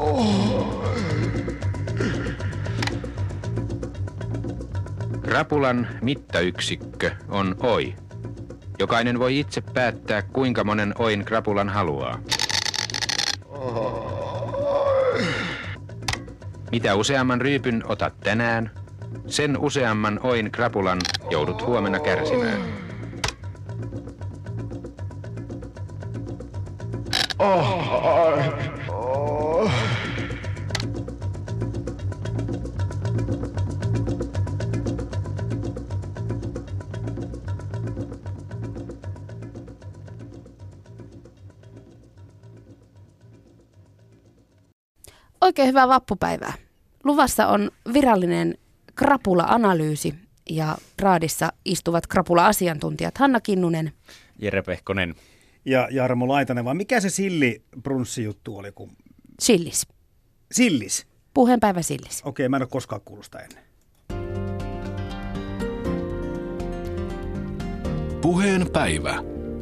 Krapulan mittayksikkö on oi. Jokainen voi itse päättää, kuinka monen oin krapulan haluaa. Mitä useamman ryypyn otat tänään, sen useamman oin krapulan joudut huomenna kärsimään. Oikein hyvää vappupäivää. Luvassa on virallinen krapula-analyysi ja raadissa istuvat krapula-asiantuntijat Hanna Kinnunen, Jere Pehkonen ja Jarmo Laitanen. Vai mikä se silli-brunssijuttu oli? Sillis. Sillis? Puheenpäivä sillis. Okei, mä en ole koskaan kuullut sitä ennen. Puheenpäivä.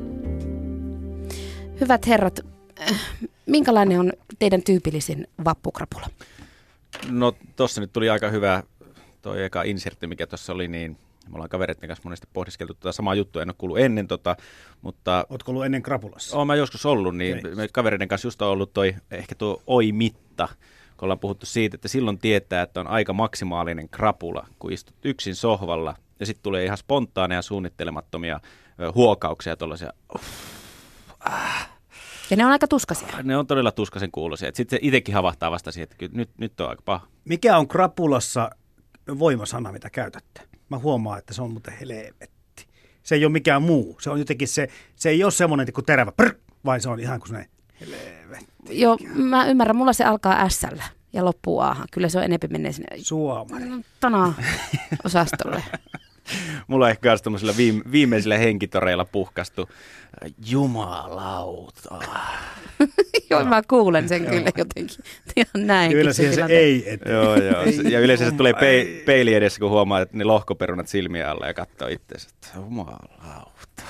Hyvät herrat, minkälainen on teidän tyypillisin vappukrapula? No tossa nyt tuli aika hyvä toi eka insertti, mikä tuossa oli, niin me ollaan kavereiden kanssa monesti pohdiskeltu tätä samaa juttua, en ole kuullut ennen, mutta... Ootko ollut ennen krapulassa? Olen mä joskus ollut, niin okay. Me kavereiden kanssa just on ollut ehkä tuo oi-mitta, kun ollaan puhuttu siitä, että silloin tietää, että on aika maksimaalinen krapula, kun istut yksin sohvalla ja sitten tulee ihan spontaaneja suunnittelemattomia huokauksia tuollaisia. Ja ne on aika tuskaisia. Ne on todella tuskaisen kuuloisia. Sitten se itsekin havahtaa vasta siihen, että nyt on aika paha. Mikä on krapulassa voimasana, mitä käytätte? Mä huomaan, että se on muuten helvetti. Se ei ole mikään muu. Se on jotenkin se ei ole semmoinen kuin terävä, vaan se on ihan kuin semmoinen helvetti. Joo, mä ymmärrän. Mulla se alkaa S-llä ja loppuu A-han. Kyllä se on enempi menee sinne osastolle. Mulla on ehkä myös tämmöisillä viimeisillä henkitoreilla puhkastu jumalauta. Joo, mä kuulen sen kyllä jotenkin. Ihan näinkin. Kyllä siihen se ei eteen. Joo. Ja yleensä se tulee peili edessä, kun huomaa, että ne lohkoperunat silmiä alla ja katsoo itseänsä, että jumalauta.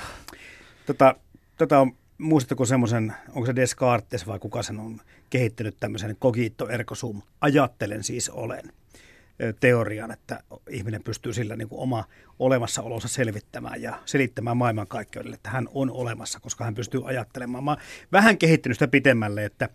Muistatteko semmoisen, onko se Descartes vai kuka sen on kehittänyt tämmöisen cogito ergo sum, ajattelen siis olen, teorian, että ihminen pystyy sillä niin kuin oma olemassaolonsa selvittämään ja selittämään maailmankaikkeudelle, että hän on olemassa, koska hän pystyy ajattelemaan. Mä oon vähän kehittynyt sitä pitemmälle, että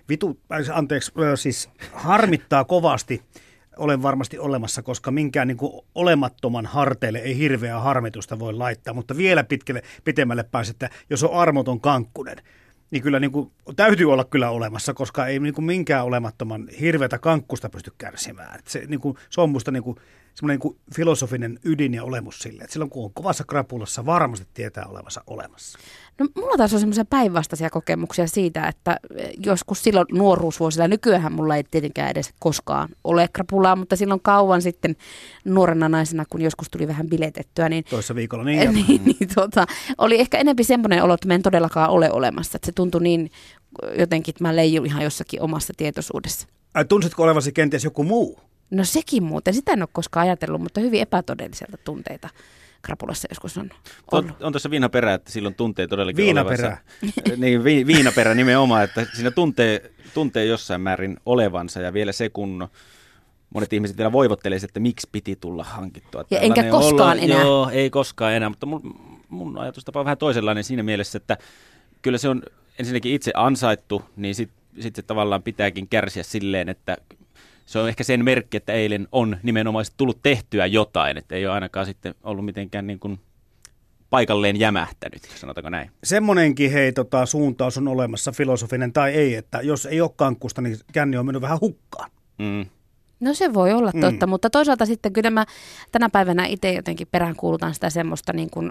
siis harmittaa kovasti, olen varmasti olemassa, koska minkään niin kuin olemattoman harteille ei hirveää harmitusta voi laittaa, mutta vielä pitemmälle pääse, että jos on armoton kankkunen, niin kyllä niin kuin, täytyy olla kyllä olemassa, koska ei niin kuin minkään olemattoman hirveätä kankkusta pysty kärsimään. Se on musta niin kuin, semmoinen niin kuin filosofinen ydin ja olemus sille, että silloin kun on kovassa krapulassa, varmasti tietää olevansa olemassa. No mulla taas on semmoisia päinvastaisia kokemuksia siitä, että joskus silloin nuoruusvuosilla, nykyään mulla ei tietenkään edes koskaan ole krapulaa, mutta silloin kauan sitten nuorena naisena, kun joskus tuli vähän biletettyä, niin... Toissa viikolla, oli ehkä enemmän semmoinen olo, että mä en todellakaan ole olemassa, että se tuntui niin jotenkin, että mä leijun ihan jossakin omassa tietoisuudessa. Tunsitko olevasi kenties joku muu? No sekin muuten, sitä en ole koskaan ajatellut, mutta hyvin epätodelliselta tunteita krapulassa joskus on ollut. On tuossa viinaperä, että silloin tuntee todellakin viinaperä. Olevansa. Niin, viinaperä nimenomaan, että siinä tuntee jossain määrin olevansa ja vielä se, kun monet ihmiset vielä voivottelee, että miksi piti tulla hankittua. Ja enkä koskaan enää. Joo, ei koskaan enää, mutta mun ajatustapa on vähän toisenlainen siinä mielessä, että kyllä se on ensinnäkin itse ansaittu, niin sitten se tavallaan pitääkin kärsiä silleen, että se on ehkä sen merkki, että eilen on nimenomaan tullut tehtyä jotain, että ei ole ainakaan sitten ollut mitenkään niin kuin paikalleen jämähtänyt, sanotaanko näin. Semmoinenkin suuntaus on olemassa, filosofinen tai ei, että jos ei ole kankkusta, niin känni on mennyt vähän hukkaan. Mm. No se voi olla totta, mutta toisaalta sitten kyllä mä tänä päivänä itse jotenkin peräänkuulutan sitä semmoista niin kuin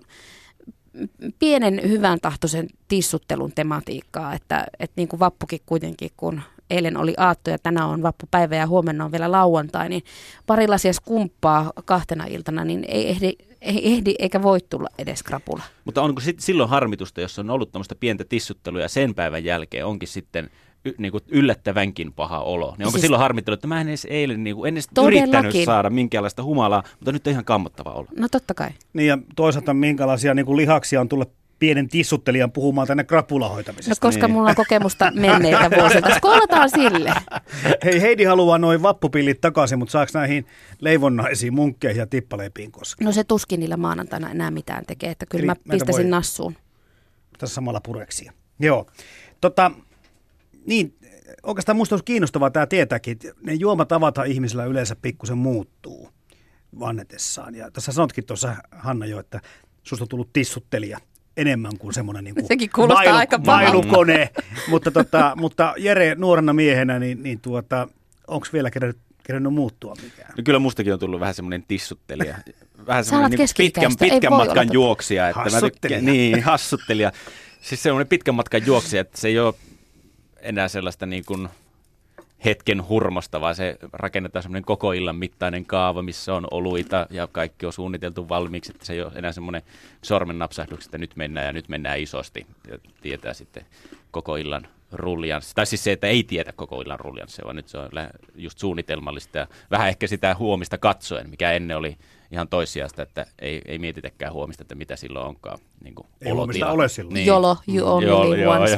pienen hyvän tahtoisen tissuttelun tematiikkaa, että niin kuin vappukin kuitenkin, kun eilen oli aatto ja tänään on vappupäivä ja huomenna on vielä lauantai, niin pari lasia skumppaa 2 iltana, niin ei ehdi eikä voi tulla edes krapula. Mutta onko silloin harmitusta, jos on ollut tämmöistä pientä tissuttelua ja sen päivän jälkeen onkin sitten niin kuin yllättävänkin paha olo, niin onko siis silloin harmittanut, että mä en edes eilen en edes yrittänyt saada minkäänlaista humalaa, mutta nyt on ihan kammottava olo. No totta kai. Niin ja toisaalta minkälaisia niin kuin lihaksia on tullut pienen tissuttelijan puhumaan tänne krapulahoitamisesta. No koska mulla on kokemusta menneiltä vuosilta. Skolataan sille. Hei, Heidi haluaa noin vappupillit takaisin, mutta saako näihin leivonnaisiin, munkkeihin ja tippaleipiin koskea? No se tuskin niillä maanantaina enää mitään tekee, että kyllä Eli mä näitä pistäisin voi nassuun. Tässä samalla pureksia. Joo. Niin, oikeastaan musta olisi kiinnostavaa tämä tietääkin, että ne juomatavathan ihmisillä yleensä pikkusen muuttuu vannetessaan. Ja tässä sanotkin tuossa, Hanna, jo, että susta on tullut tissuttelija enemmän kuin semmoinen niin kuin Sekin kuulostaa aika pahalta. mailukone. mutta Jere nuorena miehenä, onko vielä kerännyt muuttua mikään? No kyllä mustakin on tullut vähän semmoinen tissuttelija. Vähän Sä alat semmoinen pitkän matkan juoksija. Että hassuttelija. Niin, hassuttelija. Siis semmoinen pitkän matkan juoksija, että se ei ole enää sellaista niin kuin hetken hurmosta, vaan se rakennetaan semmoinen koko illan mittainen kaava, missä on oluita ja kaikki on suunniteltu valmiiksi, että se ei ole enää semmoinen sormen napsahdus, että nyt mennään isosti ja tietää sitten koko illan ruljanssi. Tai siis se, että ei tiedä koko illan ruljanssia, vaan nyt se on just suunnitelmallista ja vähän ehkä sitä huomista katsoen, mikä ennen oli ihan toissijaista, että ei mietitäkään huomista, että mitä silloin onkaan. Niin kuin ei huomista ole silloin. Niin. Jolo, you only once.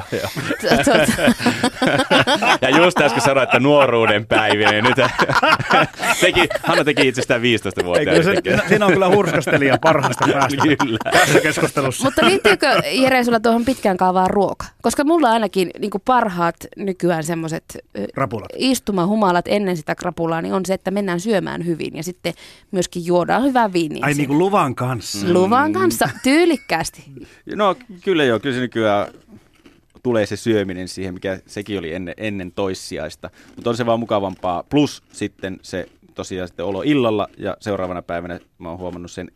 Ja just äsken sanoin, että nuoruuden päivinä. Niin nyt Hanna teki itsestään 15-vuotiaana. Siinä on kyllä hurskastelija parhaasta päästä tässä keskustelussa. Mutta liittyykö, Jere, sulla tuohon pitkään kaavaan ruoka? Koska mulla ainakin niin kuin parhaat nykyään semmoiset istumahumalat ennen sitä krapulaa, niin on se, että mennään syömään hyvin ja sitten myöskin juodaan hyvää viiniä. Ai niin kuin luvan kanssa. Luvan kanssa, tyylikkäästi. No kyllä joo, kyllä se nykyään tulee se syöminen siihen, mikä sekin oli ennen toissijaista. Mutta on se vaan mukavampaa. Plus sitten se tosiaan sitten olo illalla ja seuraavana päivänä mä oon huomannut sen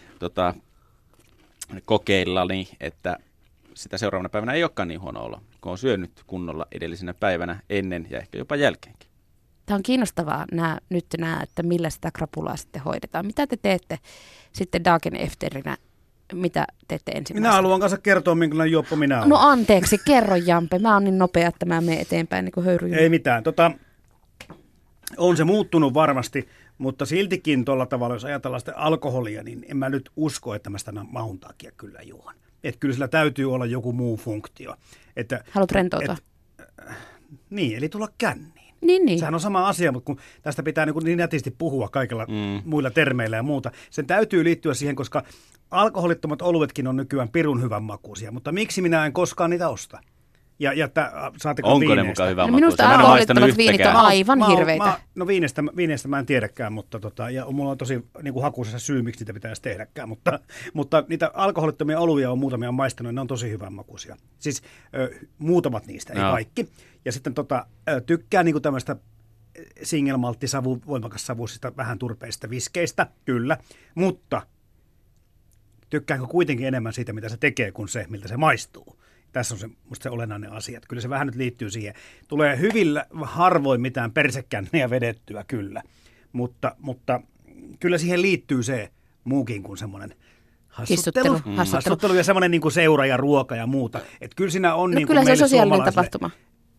kokeillani, että sitä seuraavana päivänä ei olekaan niin huono olo, kun on syönyt kunnolla edellisenä päivänä ennen ja ehkä jopa jälkeenkin. Tämä on kiinnostavaa nyt että millä sitä krapulaa sitten hoidetaan. Mitä te teette sitten dagen efterinä? Mitä teette ensimmäisenä? Minä haluan kanssa kertoa, minkälainen juoppo minä olen. No anteeksi, kerro Jampe. Mä oon niin nopea, että mä menen eteenpäin niin kuin höyryjuna. Ei mitään. On se muuttunut varmasti, mutta siltikin tuolla tavalla, jos ajatellaan sitä alkoholia, niin en mä nyt usko, että mä sitä mahun takia kyllä juon. Että kyllä sillä täytyy olla joku muu funktio. Haluat rentoutua? Niin, eli tulla känniin. Niin. Sehän on sama asia, mutta kun tästä pitää niin nätisti puhua kaikilla muilla termeillä ja muuta. Sen täytyy liittyä siihen, koska alkoholittomat oluetkin on nykyään pirun hyvän makuisia, mutta miksi minä en koskaan niitä osta? Ja saatteko onko viineistä? ne mukaan hyvän no minusta alkoholittomat viinit on aivan hirveitä. No viineistä mä en tiedäkään, mutta ja mulla on tosi niin kuin hakuisessa syy, miksi niitä pitäisi tehdäkään, mutta niitä alkoholittomia oluja on muutamia maistanut, ne on tosi hyvän makuisia. Siis muutamat niistä, ei kaikki. Ja sitten tykkään niin kuin tämmöistä single-malttisavu, voimakassavuisista, vähän turpeista viskeistä, kyllä, mutta tykkäänkö kuitenkin enemmän siitä, mitä se tekee, kuin se, miltä se maistuu. Tässä on musta se olennainen asia. Kyllä se vähän nyt liittyy siihen. Tulee hyvin harvoin mitään persekänniä vedettyä, kyllä. Mutta kyllä siihen liittyy se muukin kuin semmoinen hassuttelu ja semmoinen niin kuin seura ja ruoka ja muuta. Et kyllä siinä on niin kuin kyllä se on sosiaalinen tapahtuma.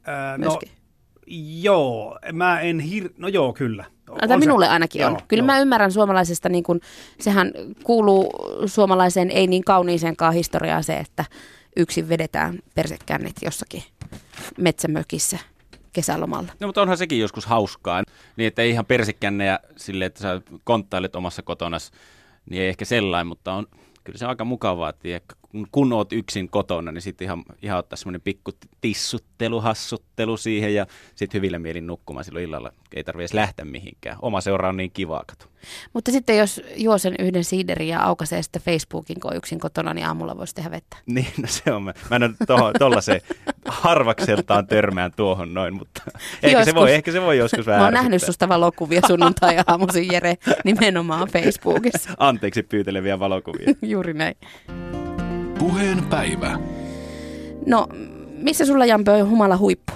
Joo, mä en no joo, kyllä. Minulle ainakin on. Kyllä mä ymmärrän suomalaisesta, niin kun, sehän kuuluu suomalaiseen ei niin kauniiseenkaan historiaan se, että yksin vedetään persekännit jossakin metsämökissä kesälomalla. No mutta onhan sekin joskus hauskaa, niin että ei ihan persekännejä silleen, että sä konttailet omassa kotonas, niin ei ehkä sellainen, mutta on kyllä se on aika mukavaa, että kun oot yksin kotona, niin sitten ihan ottaa semmoinen pikku tissuttelu, hassuttelu siihen ja sitten hyvillä mielin nukkumaan silloin illalla. Ei tarvitse edes lähteä mihinkään. Oma seura on niin kivaa, kato. Mutta sitten jos juo sen yhden siiderin ja aukaisee sitten Facebookin, kun on yksin kotona, niin aamulla voisi tehdä vettä. Niin, no se on. Mä en ole tollaiseen harvakseltaan törmään tuohon noin, mutta ehkä se voi joskus vähän. Mä oon nähnyt susta valokuvia sunnuntai-aamuisin, Jere, nimenomaan Facebookissa. Anteeksi pyyteleviä valokuvia. Juuri näin. Puheen päivä. No, missä sulla, Jampe, on humala huippu?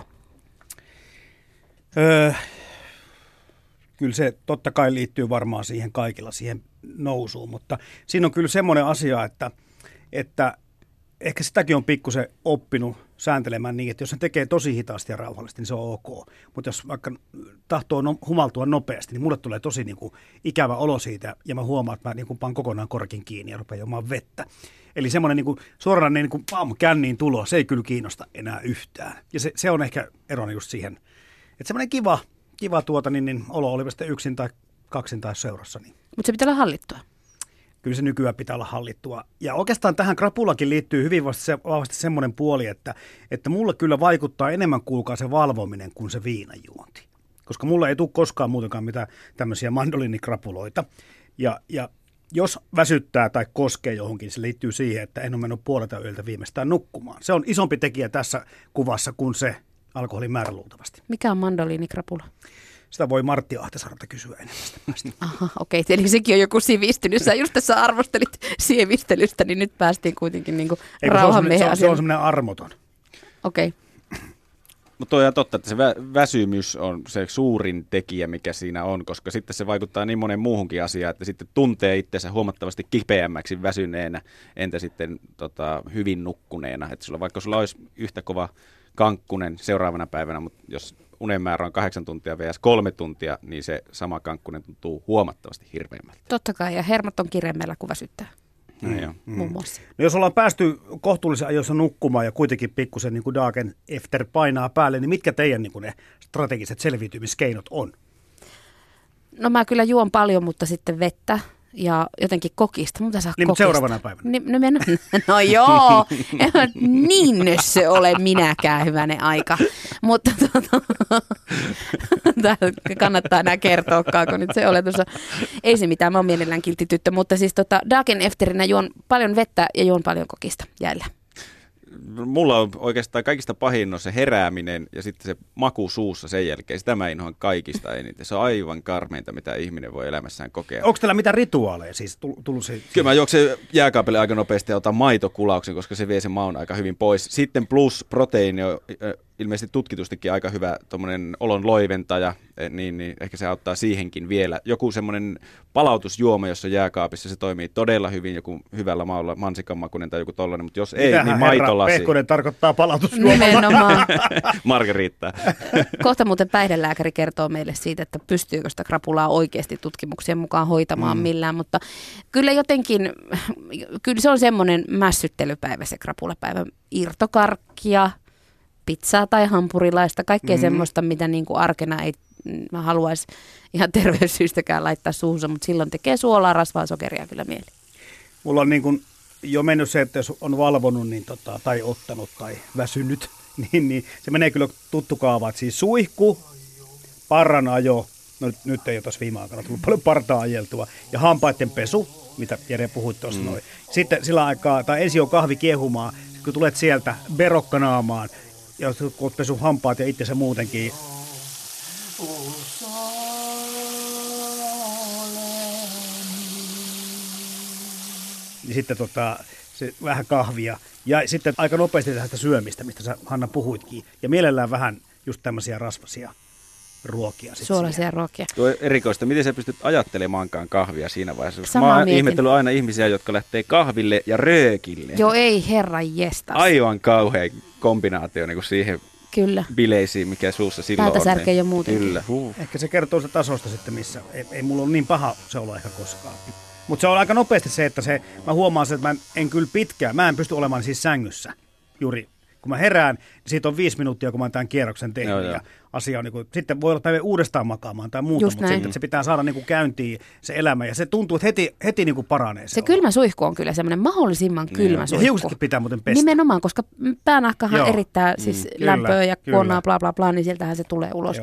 Kyllä se totta kai liittyy varmaan siihen kaikilla siihen nousuun, mutta siinä on kyllä semmoinen asia, että ehkä sitäkin on pikkusen oppinut sääntelemään niin, että jos se tekee tosi hitaasti ja rauhallisesti, niin se on ok. Mutta jos vaikka tahtoo humaltua nopeasti, niin mulle tulee tosi niin kuin ikävä olo siitä, ja mä huomaan, että mä niin kuin paan kokonaan korkin kiinni ja rupean juomaan vettä. Eli semmoinen niin suoranainen niin känniin tulo, se ei kyllä kiinnosta enää yhtään. Ja se on ehkä erona just siihen, että semmoinen kiva olo, oli sitten yksin tai kaksin tai seurassa. Niin. Mutta se pitää olla hallittua. Kyllä se nykyään pitää olla hallittua. Ja oikeastaan tähän krapulakin liittyy hyvin vahvasti semmoinen puoli, että mulle kyllä vaikuttaa enemmän kuulkaa se valvominen kuin se viinajuonti. Koska mulla ei tule koskaan muutenkaan mitään tämmöisiä mandoliinikrapuloita. Ja jos väsyttää tai koskee johonkin, se liittyy siihen, että en ole mennyt puolelta yöltä viimeistään nukkumaan. Se on isompi tekijä tässä kuvassa kuin se alkoholin määrä luultavasti. Mikä on mandoliinikrapula? Sitä voi Martti Ahtisaarelta kysyä enemmän. Aha, okei. Eli sekin on joku sivistelyt. Sä just tässä arvostelit sievistelystä, niin nyt päästiin kuitenkin niinku rauhanmiehen asiaan. Se on semmoinen armoton. Okei. Mutta toi on ihan totta, että se väsymys on se suurin tekijä, mikä siinä on, koska sitten se vaikuttaa niin monen muuhunkin asiaan, että sitten tuntee itsensä huomattavasti kipeämmäksi väsyneenä, entä sitten hyvin nukkuneena. Että vaikka sulla olisi yhtä kova kankkunen seuraavana päivänä, mutta jos unen määrä on 8 tuntia vs. 3 tuntia, niin se sama kankkunen tuntuu huomattavasti hirveämmältä. Totta kai, ja hermot on kireemmellä kuin väsyttää. Muun muassa. No jos ollaan päästy kohtuullisen ajoissa nukkumaan ja kuitenkin pikkusen niin kuin Dagen efter painaa päälle, niin mitkä teidän niin kuin ne strategiset selviytymiskeinot on? No mä kyllä juon paljon, mutta sitten vettä ja jotenkin kokista. Mutta saa niin, kokista. Seuraavana päivänä. No joo, niin se ole minäkään hyvänen aika. Mutta kannattaa enää kertoakaan, kun nyt se oletus on. Ei se mitään, mä oon mielellään kiltti tyttö, mutta siis Dagen efterinä juon paljon vettä ja juon paljon kokista jäällä. Mulla on oikeastaan kaikista pahin on se herääminen ja sitten se maku suussa sen jälkeen. Sitä mä inhoan kaikista eniten. Se on aivan karmeinta, mitä ihminen voi elämässään kokea. Onko teillä mitään rituaaleja siis tullut se? Kyllä mä juoksen jääkaapille aika nopeasti ja otan maitokulauksen, koska se vie sen maun aika hyvin pois. Sitten plus proteiini on ilmeisesti tutkitustikin aika hyvä tommonen olon loiventaja, niin ehkä se auttaa siihenkin vielä. Joku semmoinen palautusjuoma, jossa on jääkaapissa, se toimii todella hyvin, joku hyvällä maulla, mansikanmakuinen tai joku tollainen, mutta jos ei, mitähän niin maitolasi. Pehkonen tarkoittaa palautusjuomalla. Nimenomaan. Margariittaa. Kohta muuten päihdelääkäri kertoo meille siitä, että pystyykö sitä krapulaa oikeasti tutkimuksien mukaan hoitamaan millään, mutta kyllä jotenkin, kyllä se on semmoinen mässyttelypäivä se krapulapäivä. Irtokarkkia, pizzaa tai hampurilaista, kaikkea semmoista, mitä niin kuin arkena ei mä haluaisi ihan terveyssyystäkään laittaa suuhunsa, mutta silloin tekee suolaa, rasvaa, sokeria kyllä mieli. Mulla on niin kuin jo mennyt se, että jos on valvonut niin tai ottanut tai väsynyt, niin se menee kyllä tuttu kaava, että siis suihku, parranajo, no nyt ei ole tässä viime aikana tullut paljon partaa ajeltua, ja hampaiden pesu, mitä Jere puhuit tuossa noin. Sitten sillä aikaa, tai ensin on kahvi kiehumaan, kun tulet sieltä berokkanaamaan, ja kun olet pesu hampaat ja itsensä muutenkin. Niin sitten se vähän kahvia. Ja sitten aika nopeasti tästä syömistä, mistä sä Hanna puhuitkin. Ja mielellään vähän just tämmöisiä rasvasia ruokia. Suolaisia ruokia. Tuo erikoista. Miten sä pystyt ajattelemaankaan kahvia siinä vaiheessa? Mä oon ihmetellyt aina ihmisiä, jotka lähtee kahville ja röökille. Joo, ei herra jestas. Aivan kauhea kombinaatio niin kuin siihen kyllä bileisiin, mikä suussa silloin on. Päätä särkee jo muutenkin. Kyllä. Ehkä se kertoo sitä tasosta sitten, missä ei mulla ole niin paha se olla ehkä koskaan. Mutta se on aika nopeasti se, että mä huomaan sen, että mä en pysty olemaan siis sängyssä juuri. Kun mä herään, niin siitä on 5 minuuttia, kun mä oon tämän kierroksen tehnyt. Joo. Ja asia on niin sitten voi olla päivä uudestaan makaamaan tai muuta, mutta sitten se pitää saada niin käyntiin se elämä. Ja se tuntuu, että heti niin paranee se kylmä suihku on kyllä semmoinen mahdollisimman kylmä suihku. Ja hiuksetkin pitää muuten pestä. Nimenomaan, koska päänahkahan erittää siis lämpöä ja kuonaa bla bla bla, niin sieltähän se tulee ulos.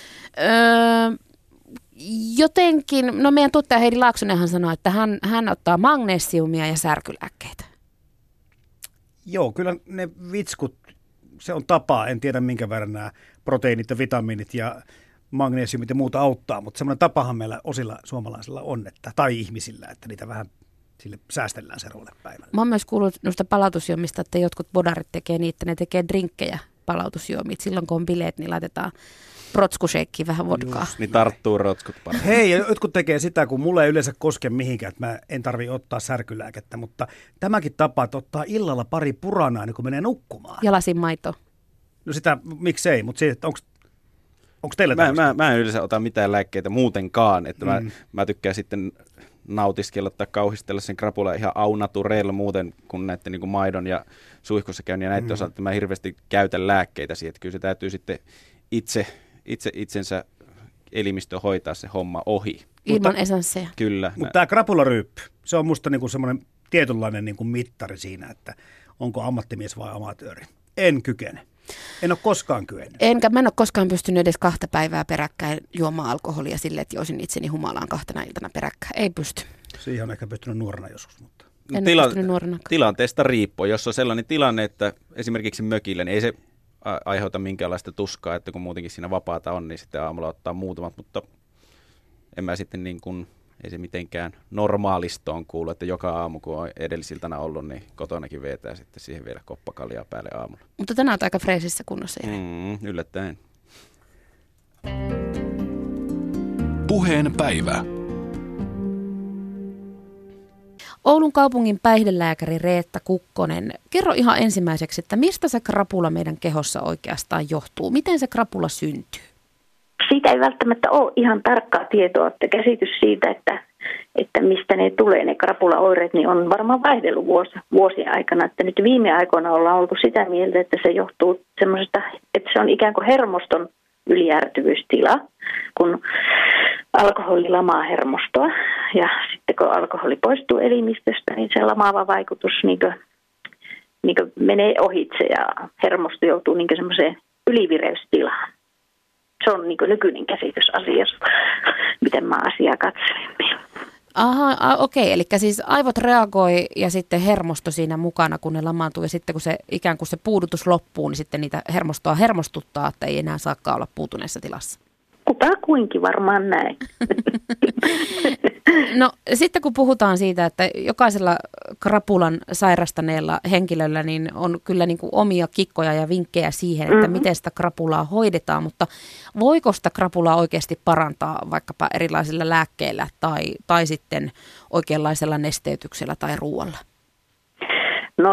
Jotenkin, no meidän tuottaja Heidi Laaksonenhan sanoi, että hän ottaa magnesiumia ja särkylääkkeitä. Joo, kyllä ne vitskut, se on tapa, en tiedä minkä verran nämä proteiinit ja vitamiinit ja magnesiumit ja muuta auttaa, mutta semmoinen tapahan meillä osilla suomalaisilla on, tai ihmisillä, että niitä vähän sille säästellään seuraavalle päivälle. Mä oon myös kuullut noista palautusjuomista, että jotkut bodarit tekee niitä, ne tekee drinkkejä palautusjuomia. Silloin kun on bileet, niin laitetaan protskusheikkiin vähän vodkaa. Niin tarttuu rotskut paljon. Hei, ja jotkut tekee sitä, kun mulle ei yleensä koske mihinkään, että mä en tarvitse ottaa särkylääkettä, mutta tämäkin tapa, että ottaa illalla pari puranaa, niin kun menee nukkumaan. Ja lasin maito. No sitä, miksei, mutta se, että onko teillä tämmöistä? Mä en yleensä ota mitään lääkkeitä muutenkaan, että mä tykkään sitten nautiskella tai kauhistella sen krapula ihan au naturel muuten kuin näiden niin kuin maidon ja suihkussa käyn ja näiden osalta, että mä hirveästi käytän lääkkeitä siihen, että kyllä se täytyy sitten itsensä elimistö hoitaa se homma ohi. Ilman esansseja. Kyllä. Mutta tämä krapularyyppy, se on musta niinku semmoinen tietynlainen niinku mittari siinä, että onko ammattimies vai amatööri. En kykene. En ole koskaan kyennyt. Mä en ole koskaan pystynyt edes 2 päivää peräkkäin juomaan alkoholia silleen, että joisin itseni humalaan 2 iltana peräkkäin. Ei pysty. Siihen on ehkä pystynyt nuorena joskus, mutta... En ole pystynyt nuorena. Tilanteesta riippuen. Jos on sellainen tilanne, että esimerkiksi mökillä, niin ei se aiheuta minkäänlaista tuskaa, että kun muutenkin siinä vapaata on, niin sitten aamulla ottaa muutamat, mutta en mä sitten niin kuin, ei se mitenkään normaalistoon kuulu, että joka aamu, kun on edellisiltana ollut, niin kotonakin vetää sitten siihen vielä koppakaljaa päälle aamulla. Mutta tänään on aika freesissä kunnossa. Yllättäen. Puheen päivä. Oulun kaupungin päihdelääkäri Reetta Kukkonen, kerro ihan ensimmäiseksi, että mistä se krapula meidän kehossa oikeastaan johtuu? Miten se krapula syntyy? Siitä ei välttämättä ole ihan tarkkaa tietoa, että käsitys siitä, että mistä ne tulee, ne krapulaoireet, niin on varmaan vaihdellut vuosien aikana. Että nyt viime aikoina ollaan oltu sitä mieltä, että se johtuu semmoisesta, että se on ikään kuin hermoston yliärtyvyystila, kun alkoholi lamaa hermostoa. Ja sitten kun alkoholi poistuu elimistöstä, niin se lamaava vaikutus niin kuin menee ohitse ja hermosto joutuu niin kuin semmoiseen ylivireystilaan. Se on niin kuin nykyinen käsitys asiasta, miten mä asiaa katselen. Aha, okei. Eli siis aivot reagoi ja sitten hermosto siinä mukana, kun ne lamaantuu. Ja sitten kun se ikään kuin se puudutus loppuu, niin sitten niitä hermostoa hermostuttaa, että ei enää saakaan olla puutuneessa tilassa. Kutakuinkin varmaan näin. No sitten kun puhutaan siitä, että jokaisella krapulan sairastaneella henkilöllä niin on kyllä niin kuin omia kikkoja ja vinkkejä siihen, että miten sitä krapulaa hoidetaan, mutta voiko sitä krapulaa oikeasti parantaa vaikkapa erilaisilla lääkkeillä tai sitten oikeanlaisella nesteytyksellä tai ruoalla? No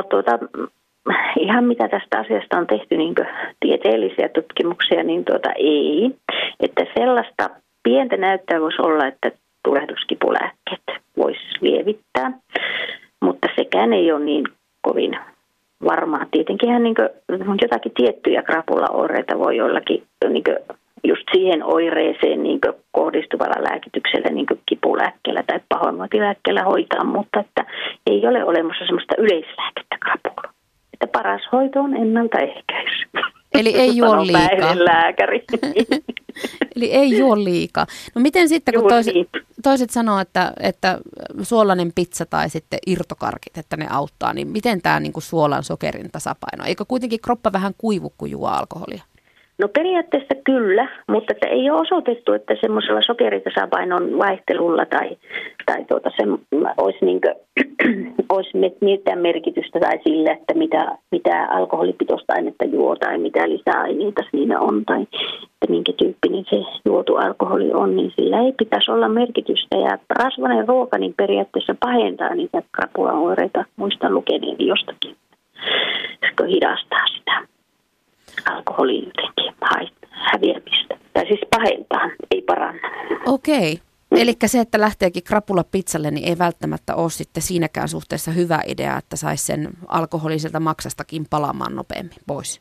ihan mitä tästä asiasta on tehty niin tieteellisiä tutkimuksia, niin ei. Että sellaista pientä näyttöä voisi olla, että tulehduskipulääkkeet voisi lievittää, mutta sekään ei ole niin kovin varmaa. Tietenkinhän niin jotakin tiettyjä krapulaoireita voi jollakin niin just siihen oireeseen niin kohdistuvalla lääkityksellä, niin kipulääkkeellä tai pahoinvointilääkkeellä hoitaa, mutta että ei ole olemassa sellaista yleislääkettä krapulaa. Että paras hoito on ennaltaehkäisy. Eli ei juo liikaa. Lääkäri. Eli ei juo liikaa. No miten sitten, kun toiset sanoo, että suolainen pizza tai sitten irtokarkit, että ne auttaa, niin miten tämä niin kuin suolan sokerin tasapaino? Eikö kuitenkin kroppa vähän kuivu, kun juo alkoholia? No periaatteessa kyllä, mutta että ei ole osoitettu, että semmoisella sokeritasapainon vaihtelulla tai se olisi, olisi mitään merkitystä tai sillä, että mitä alkoholipitoista ainetta juo tai mitä lisäaineita siinä on tai että minkä tyyppinen se juotu alkoholi on, niin sillä ei pitäisi olla merkitystä. Ja rasvainen ruoka niin periaatteessa pahentaa niitä krapulaoireita, muistan lukeneeni jostakin, kun hidastaa sitä alkoholin jotenkin häviämistä. Tai siis pahentaa, ei paranna. Okei. Eli se, että lähteekin krapula pizzalle, niin ei välttämättä ole sitten siinäkään suhteessa hyvä idea, että saisi sen alkoholiselta maksastakin palaamaan nopeammin pois.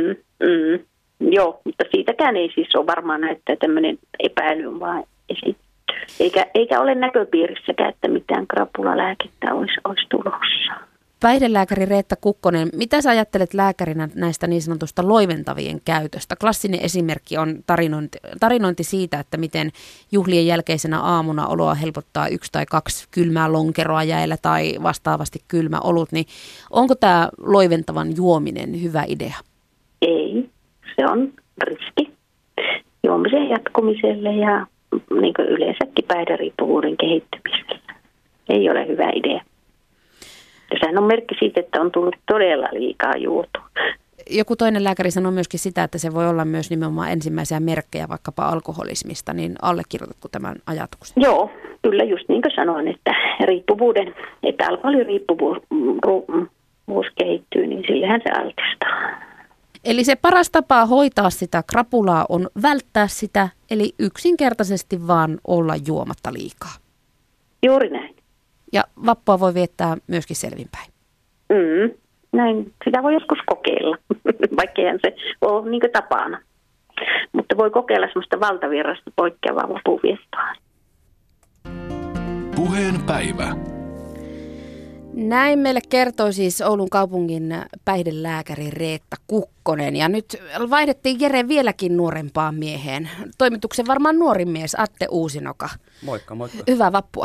Joo, mutta siitäkään ei siis ole varmaan näyttää tämmöinen epäily, vaan eikä ole näköpiirissäkään, että mitään krapulalääkettä olisi tulossa. Päihdelääkäri Reetta Kukkonen, mitä sä ajattelet lääkärinä näistä niin sanotusta loiventavien käytöstä? Klassinen esimerkki on tarinointi siitä, että miten juhlien jälkeisenä aamuna oloa helpottaa 1 tai 2 kylmää lonkeroa jäillä tai vastaavasti kylmä olut, niin onko tämä loiventavan juominen hyvä idea? Ei, se on riski juomisen jatkumiselle ja niin kuin yleensäkin päihderiippuvuuden kehittymiselle. Ei ole hyvä idea. Ja sehän on merkki siitä, että on tullut todella liikaa juotua. joku toinen lääkäri sanoi myöskin sitä, että se voi olla myös nimenomaan ensimmäisiä merkkejä vaikkapa alkoholismista, niin allekirjoitatko tämän ajatuksen? Joo, kyllä just niin kuin sanoin, että alkoholiriippuvuus kehittyy, niin sillehän se altistaa. Eli se paras tapa hoitaa sitä krapulaa on välttää sitä, eli yksinkertaisesti vaan olla juomatta liikaa. Juuri näin. Ja vappua voi viettää myöskin selvinpäin. Näin. Sitä voi joskus kokeilla, vaikkeihän se ole niin kuin tapana. Mutta voi kokeilla semmoista valtavirrasta poikkeavaa vapuviettoa. Puheen päivä. Näin meille kertoi siis Oulun kaupungin päihdelääkäri Reetta Kukkonen. Ja nyt vaihdettiin Jere vieläkin nuorempaan mieheen. Toimituksen varmaan nuorin mies Atte Uusinoka. Moikka, moikka. Hyvää vappua.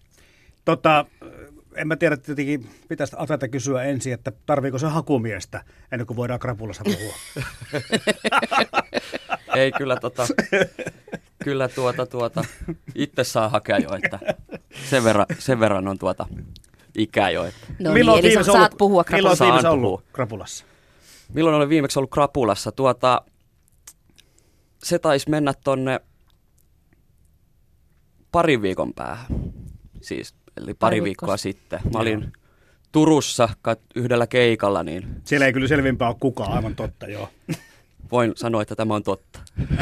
En mä tiedä, tietenkin pitäisi Atleta kysyä ensin, että tarviiko se hakumiestä ennen kuin voidaan krapulassa puhua. Ei kyllä itse saa hakea jo, että sen verran on ikää jo. Että. No niin, eli saat puhua krapulassa. Milloin viimeksi ollut krapulassa? Milloin olen viimeksi ollut krapulassa? Se taisi mennä tonne parin viikon päähän. Siis, eli pari viikkoa sitten. Mä olin Turussa yhdellä keikalla. Niin siellä ei kyllä selvimpää ole kukaan, aivan totta, joo. Voin sanoa, että tämä on totta.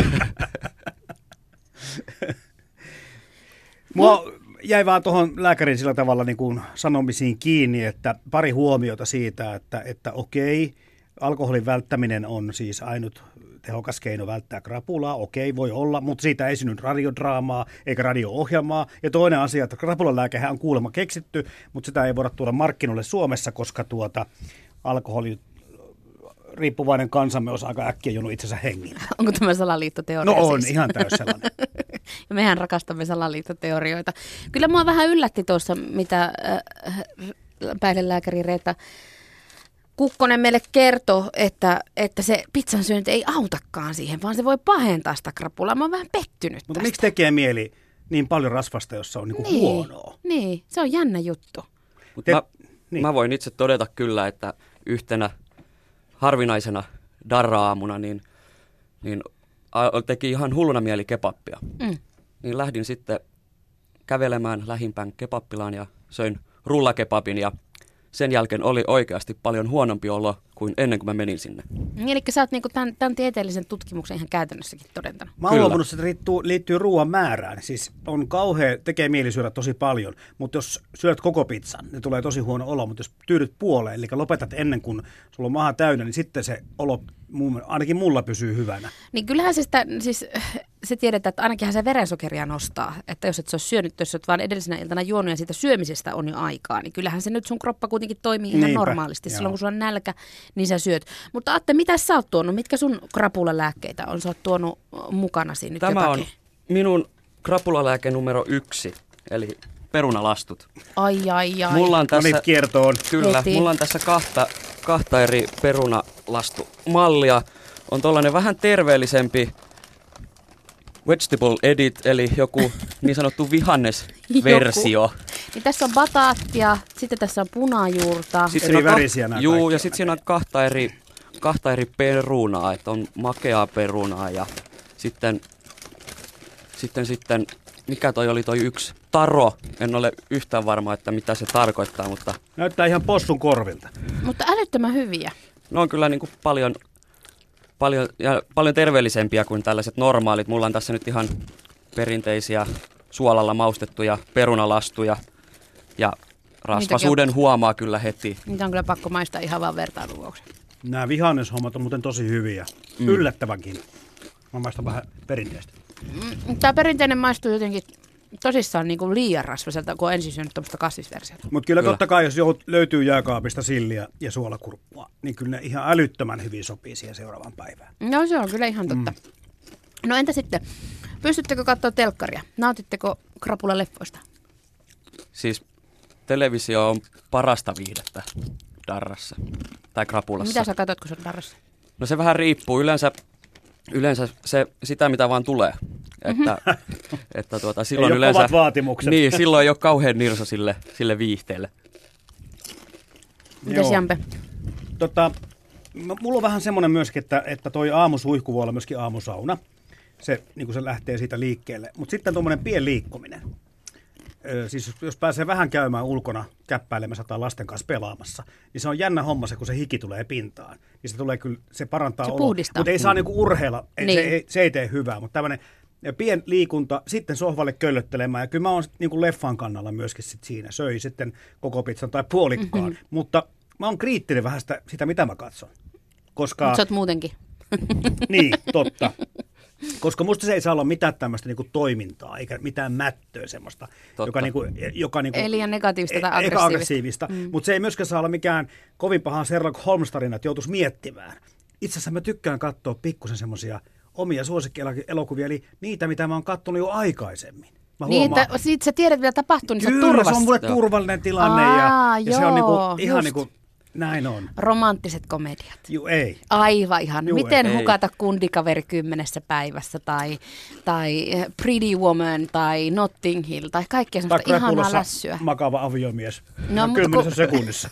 Mua jäi vaan tuohon lääkärin sillä tavalla niin kuin sanomisiin kiinni, että pari huomiota siitä, että okei, alkoholin välttäminen on siis ainut tehokas keino välttää krapulaa, okei, voi olla, mutta siitä ei synny radiodraamaa eikä radio-ohjelmaa. Ja toinen asia, että krapulalääkehän on kuulemma keksitty, mutta sitä ei voida tuoda markkinoille Suomessa, koska alkoholi riippuvainen kansamme olisi aika äkkiä juonut itsensä hengin. Onko tämä salaliittoteoria? No on, siis? ihan täys sellainen. Ja mehän rakastamme salaliittoteorioita. Kyllä mua vähän yllätti tuossa, mitä päihdelääkäri Reetta Kukkonen meille kertoi, että se pizzan syönti ei autakaan siihen, vaan se voi pahentaa sitä krapulaa. Mä oon vähän pettynyt Mutta tästä. miksi tekee mieli niin paljon rasvasta, jossa on niin huonoa? Niin, se on jännä juttu. Mä voin itse todeta kyllä, että yhtenä harvinaisena darra-aamuna niin teki ihan hulluna mieli kebappia. Niin lähdin sitten kävelemään lähimpään kebappilaan ja söin rullakebabin ja sen jälkeen oli oikeasti paljon huonompi olo kuin ennen kuin mä menin sinne. Eli sä oot niinku tämän tieteellisen tutkimuksen ihan käytännössäkin todentanut. Mä oon huomannut, että se liittyy ruoan määrään. Siis on kauhea, tekee mieli syödä tosi paljon, mutta jos syöt koko pizzan, niin tulee tosi huono olo. Mutta jos tyydyt puoleen, eli lopetat ennen kuin sulla on maha täynnä, niin sitten se olo ainakin mulla pysyy hyvänä. Niin kyllähän se tiedetään, että ainakinhan se verensokeria nostaa. Että jos et se ole syönyt, jos et vaan edellisenä iltana juonut ja siitä syömisestä on jo aikaa, niin kyllähän se nyt sun kroppa kuitenkin toimii ihan normaalisti. Silloin kun sulla on nälkä, niin sä syöt. Mutta Atte, mitä sä oot tuonut? Mitkä sun krapulalääkkeitä on? Sä oot tuonut mukanasi nyt Tämä jotakin. on minun krapulalääke numero 1, eli perunalastut. Ai. Mulla on tässä, kiertoon. Kyllä, Heti. mulla on tässä kahta eri perunalastumallia. On tollainen vähän terveellisempi vegetable edit, eli joku niin sanottu vihannesversio. Niin tässä on bataattia, sitten tässä on punajuurta. Eri värisiä nämä kaikki. Ja sitten siinä on kahta eri perunaa, että on makeaa perunaa ja sitten mikä oli toi yksi? Taro. En ole yhtään varma, että mitä se tarkoittaa, mutta Näyttää ihan possun korvilta. Mutta älyttömän hyviä. ne on kyllä niin kuin paljon terveellisempiä kuin tällaiset normaalit. Mulla on tässä nyt ihan perinteisiä suolalla maustettuja perunalastuja ja rasvasuuden huomaa kyllä heti. Niitä on kyllä pakko maistaa ihan vaan vertailun vuoksi. Nämä vihanneshommat on muuten tosi hyviä. Yllättävänkin. Mä maistan vähän perinteistä. Tämä perinteinen maistuu jotenkin tosissaan niin kuin liian rasvaselta, kun on ensin syönyt tuommoista kasvisversiota. Mutta kyllä totta kai, jos löytyy jääkaapista silliä ja suolakurppua, niin kyllä ne ihan älyttömän hyvin sopii siihen seuraavaan päivään. No se on kyllä ihan totta. No entä sitten, pystyttekö katsoa telkkaria? Nautitteko krapulaleffoista? Siis televisio on parasta viihdettä darrassa tai krapulassa. Mitä sä katsot, kun sä oot darrassa? No se vähän riippuu. Yleensä sitä, mitä vaan tulee. Että silloin ei ole kovat vaatimukset. Niin, silloin ei ole kauhean nirso sille viihteelle. Mites Joo. Jampe? Mulla on vähän semmoinen myöskin, että toi aamusuihku voi olla myöskin aamusauna. Se, niin kuin se lähtee siitä liikkeelle. Mutta sitten tuommoinen pieni liikkuminen. Siis jos pääsee vähän käymään ulkona käppäilemässä tai lasten kanssa pelaamassa, niin se on jännä homma se, kun se hiki tulee pintaan. Niin se tulee kyllä, se parantaa se oloa. puhdistaa. Mutta ei saa niinku urheilla, Niin. se ei tee hyvää. Mutta tämmöinen pien liikunta, sitten sohvalle köllöttelemään. Ja kyllä mä oon niinku leffan kannalla myöskin sit siinä. Söi sitten koko pizzan tai puolikkaan. Mutta mä oon kriittinen vähän sitä mitä mä katson. Koska... Mutta sä oot muutenkin. Niin, totta. Koska musta se ei saa olla mitään tämmöistä niinku toimintaa, eikä mitään mättöä semmoista, joka ei liian negatiivista tai aggressiivista. Mutta se ei myöskään saa olla mikään kovin paha Sherlock Holmes-tarina, että joutuisi miettimään. Itse asiassa mä tykkään katsoa pikkusen semmoisia omia suosikkielokuvia, eli niitä, mitä mä oon katsonut jo aikaisemmin. Niin, että sit sä tiedät, mitä tapahtuu, niin sä oot turvassa. Se on mulle turvallinen tilanne ja se on niinku, ihan niin kuin... Näin on. Romanttiset komediat. Juu, ei. Aivan ihan. Juu, miten ei. hukata kundikaveri 10 päivässä tai Pretty Woman tai Notting Hill tai kaikkea semmoista ihanaa lässyä. Makaava aviomies. No, 10 sekunnissa.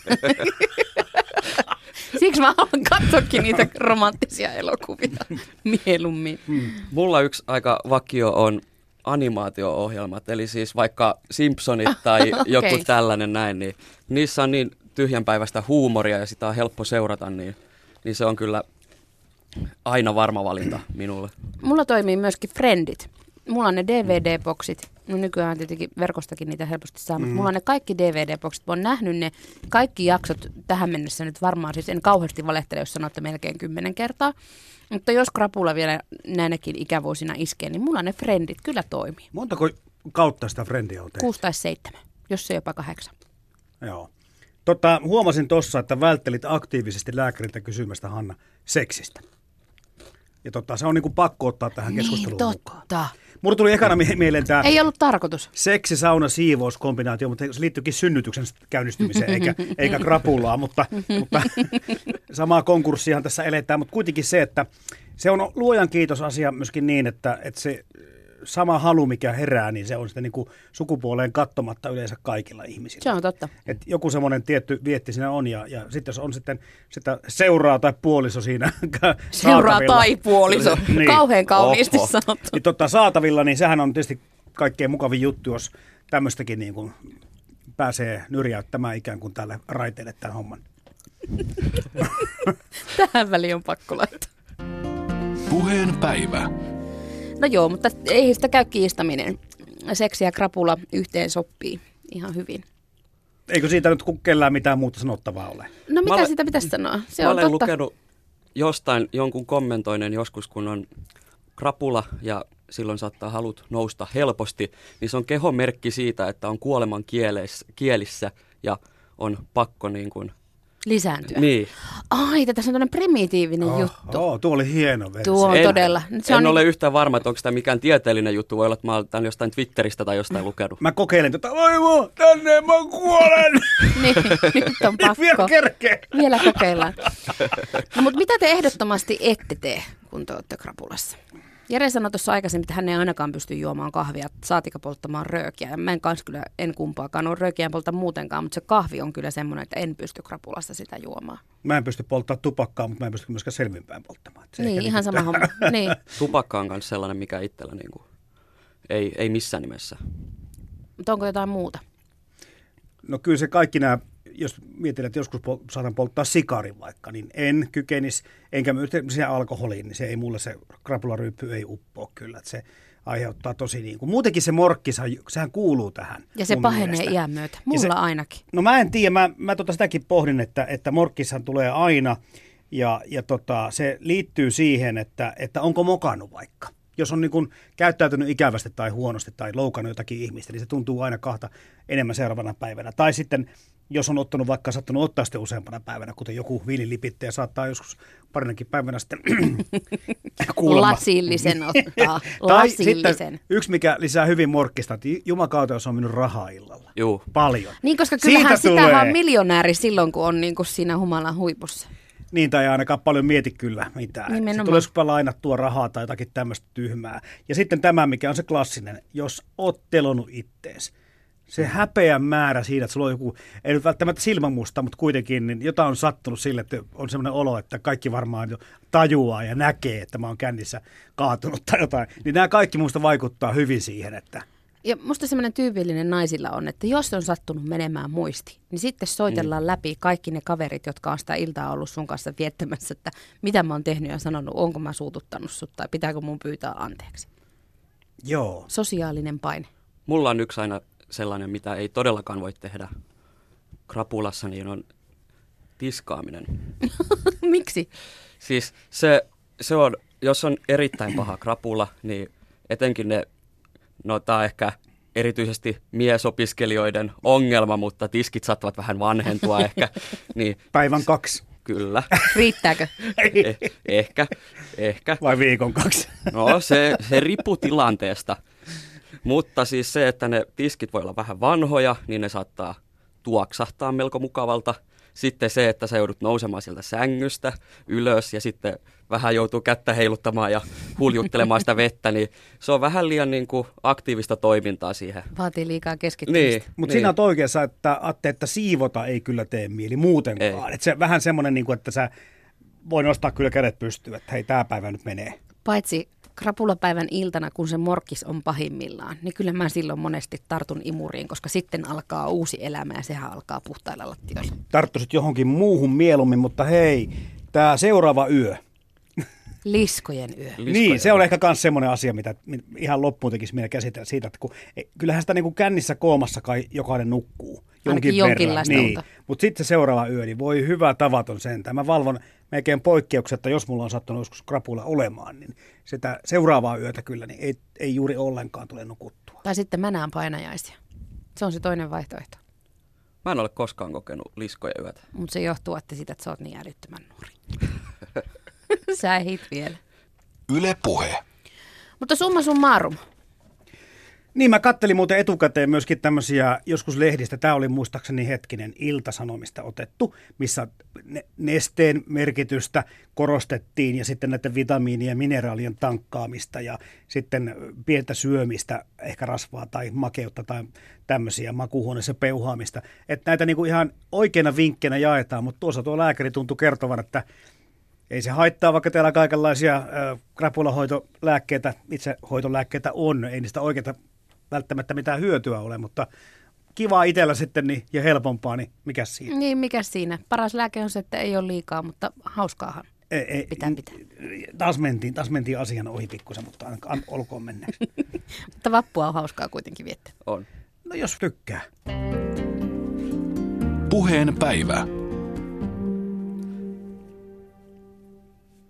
Siksi mä haluan katsoakin niitä romanttisia elokuvia mieluummin. Mulla yksi aika vakio on animaatio-ohjelmat, eli siis vaikka Simpsonit tai joku tällainen näin, niin niissä on niin tyhjänpäiväistä huumoria ja sitä on helppo seurata, niin se on kyllä aina varma valinta minulle. Mulla toimii myöskin Friendit. Mulla on ne DVD-boksit. No nykyään tietenkin verkostakin niitä helposti saa, mutta mulla on ne kaikki DVD-boksit. Mä oon nähnyt ne kaikki jaksot tähän mennessä nyt varmaan, siis en kauheasti valehtele, jos sanoo, että melkein 10 kertaa. Mutta jos krapula vielä näinäkin ikävuosina iskee, niin mulla ne Friendit kyllä toimii. Montako kautta sitä Friendia on tehty? 6 tai 7, jos se jopa 8. Joo. Huomasin tuossa, että välttelit aktiivisesti lääkäriltä kysymästä, Hanna, seksistä. Ja se on niinku pakko ottaa tähän keskusteluun mukaan. Mulla tuli ekana mieleen tämä... Ei ollut tarkoitus. Seksi, sauna, siivous kombinaatio, mutta se liittyykin synnytyksen käynnistymiseen, eikä krapulaa, mutta samaa konkurssiahan tässä eletään. Mutta kuitenkin se, että se on luojan kiitos asia myöskin niin, että se sama halu, mikä herää, niin se on sitten niin kuin sukupuoleen katsomatta yleensä kaikilla ihmisillä. Se on totta. Et joku semmoinen tietty vietti siinä on, ja sitten jos on sitten sitä seuraa tai puoliso siinä seuraa tai puoliso, niin. Kauhean kauniisti sanottu. Niin saatavilla, niin sehän on tietysti kaikkein mukavin juttu, jos tämmöistäkin niin kuin pääsee nyrjäyttämään ikään kuin tälle raiteille tämän homman. Tähän väliin on pakko laittaa. Puheen päivä. No joo, mutta ei sitä käy kiistäminen. Seksi ja krapula yhteen sopii ihan hyvin. Eikö siitä nyt kellään mitään muuta sanottavaa ole? No mitä siitä pitäisi sanoa? Mä olen lukenut jostain jonkun kommentoinen joskus, kun on krapula ja silloin saattaa halut nousta helposti, niin se on kehomerkki siitä, että on kuoleman kielissä ja on pakko niin kuin lisääntyä. Niin. Ai, tässä on tämmöinen primitiivinen juttu. Tuo oli hieno versio. Tuo on todella. En ole yhtään varma, että onko tämä mikään tieteellinen juttu. Voi olla, että mä olen jostain Twitteristä tai jostain lukenut. Mä kokeilen vaimo, tänne mä kuolen. Niin, nyt on pakko. Vielä kerkee. Vielä kokeillaan. No, mutta mitä te ehdottomasti ette tee, kun te olette krapulassa? Jere sanoi tuossa aikaisemmin, että hän ei ainakaan pysty juomaan kahvia, saatika polttamaan röökiä. Ja mä en kumpaakaan ole röökiä polta muutenkaan, mutta se kahvi on kyllä semmoinen, että en pysty krapulassa sitä juomaan. Mä en pysty polttamaan tupakkaa, mutta mä en pysty myöskään selvinpäin polttamaan. Se niin, ihan sama homma. Niin. Tupakka on myös sellainen, mikä itsellä niin kuin, ei missään nimessä. Mutta onko jotain muuta? No kyllä se kaikki nämä, jos mietin, että joskus saatan polttaa sikarin vaikka, niin en kykenisi, enkä siihen alkoholiin, niin se ei mulle se krapularyyppy ei uppoa kyllä, että se aiheuttaa tosi niin kuin, muutenkin se morkki, sehän kuuluu tähän. Ja se pahenee iän myötä, mulla ainakin. No mä en tiedä, mä sitäkin pohdin, että morkkishan tulee aina ja se liittyy siihen, että onko mokannut vaikka. Jos on niin kuin käyttäytynyt ikävästi tai huonosti tai loukannut jotakin ihmistä, niin se tuntuu aina kahta enemmän seuraavana päivänä. Tai sitten, jos on ottanut vaikka sattunut ottaa sitten useampana päivänä, kuten joku viinilipittäjä saattaa joskus parinakin päivänä sitten kuulemma. Lasillisen ottaa. Tai sitten yksi, mikä lisää hyvin morkkista, että jumakauteus on minut rahaa illalla. Juu. Paljon. Niin, koska kyllähän sitä on miljonääri silloin, kun on niin kuin siinä humalan huipussa. Niin, tai ainakaan paljon mieti kyllä mitään. Se tulee joskus lainattua rahaa tai jotakin tämmöistä tyhmää. Ja sitten tämä, mikä on se klassinen, jos oot telonut ittees, Se häpeän määrä siinä, että sulla on joku, ei nyt välttämättä silmämusta, mutta kuitenkin niin jotain on sattunut sille, että on semmoinen olo, että kaikki varmaan jo tajuaa ja näkee, että mä oon kännissä kaatunut tai jotain. Niin nämä kaikki musta vaikuttaa hyvin siihen, että... Ja musta semmoinen tyypillinen naisilla on, että jos on sattunut menemään muisti, niin sitten soitellaan läpi kaikki ne kaverit, jotka on sitä iltaa ollut sun kanssa viettämässä, että mitä mä oon tehnyt ja sanonut, onko mä suututtanut sut tai pitääkö mun pyytää anteeksi. Joo. Sosiaalinen paine. Mulla on yksi aina sellainen, mitä ei todellakaan voi tehdä krapulassa, niin on tiskaaminen. Miksi? Siis se on, jos on erittäin paha krapula, niin etenkin tää on ehkä erityisesti miesopiskelijoiden ongelma, mutta tiskit saattavat vähän vanhentua ehkä. Niin, Päivän 2. Kyllä. Riittääkö? Ehkä. Vai viikon 2? No se riippuu tilanteesta. Mutta siis se, että ne tiskit voi olla vähän vanhoja, niin ne saattaa tuoksahtaa melko mukavalta. Sitten se, että sä joudut nousemaan sieltä sängystä ylös ja sitten vähän joutuu kättä heiluttamaan ja huljuttelemaan sitä vettä, niin se on vähän liian niin kuin aktiivista toimintaa siihen. Vaatii liikaa keskittymistä. Niin, mutta siinä on oikeassa, että siivota ei kyllä tee mieli muutenkaan. Että se vähän semmoinen, niin kuin, että sä voi nostaa kyllä kädet pystyyn, että hei, tää päivä nyt menee. Paitsi krapulapäivän iltana, kun se morkkis on pahimmillaan, niin kyllä mä silloin monesti tartun imuriin, koska sitten alkaa uusi elämä ja sehän alkaa puhtailla lattioilla. Tarttuisit johonkin muuhun mieluummin, mutta hei, tää seuraava yö. Liskojen yö. Niin, se on ehkä myös semmoinen asia, mitä ihan loppuun tekisi meidän käsitellä siitä, että kyllähän sitä niin kuin kännissä koomassa kai jokainen nukkuu. Jonkinlaista niin. Mutta sitten se seuraava yö, niin voi hyvä tavaton sentään. Mä valvon melkein poikkeuksetta, jos mulla on sattunut joskus krapula olemaan, niin sitä seuraavaa yötä kyllä niin ei juuri ollenkaan tule nukuttua. Tai sitten mä näen painajaisia. Se on se toinen vaihtoehto. Mä en ole koskaan kokenut liskoja yötä. Mutta se johtuu, että sä oot niin älyttömän nuori. Sä ehit vielä. Yle Puhe. Mutta summa summarum. Niin, mä kattelin muuten etukäteen myöskin tämmöisiä joskus lehdistä. Tämä oli muistaakseni hetkinen Ilta-Sanomista otettu, missä nesteen merkitystä korostettiin ja sitten näiden vitamiinien ja mineraalien tankkaamista ja sitten pientä syömistä, ehkä rasvaa tai makeutta tai tämmöisiä makuuhuoneessa peuhaamista. Että näitä niinku ihan oikeina vinkkeinä jaetaan, mutta tuossa tuo lääkäri tuntui kertovan, että ei se haittaa, vaikka teillä kaikenlaisia krapulahoitolääkkeitä, itsehoitolääkkeitä on, ei niistä oikeita välttämättä mitään hyötyä ole, mutta kivaa itsellä sitten niin, ja helpompaa, niin mikäs siinä? Niin, mikäs siinä? Paras lääke on se, että ei ole liikaa, mutta hauskaahan pitää. Taas mentiin asian ohi pikkusen, mutta olkoon menneeksi. Mutta vappua on hauskaa kuitenkin viettää. On. No jos tykkää. Puheen päivä.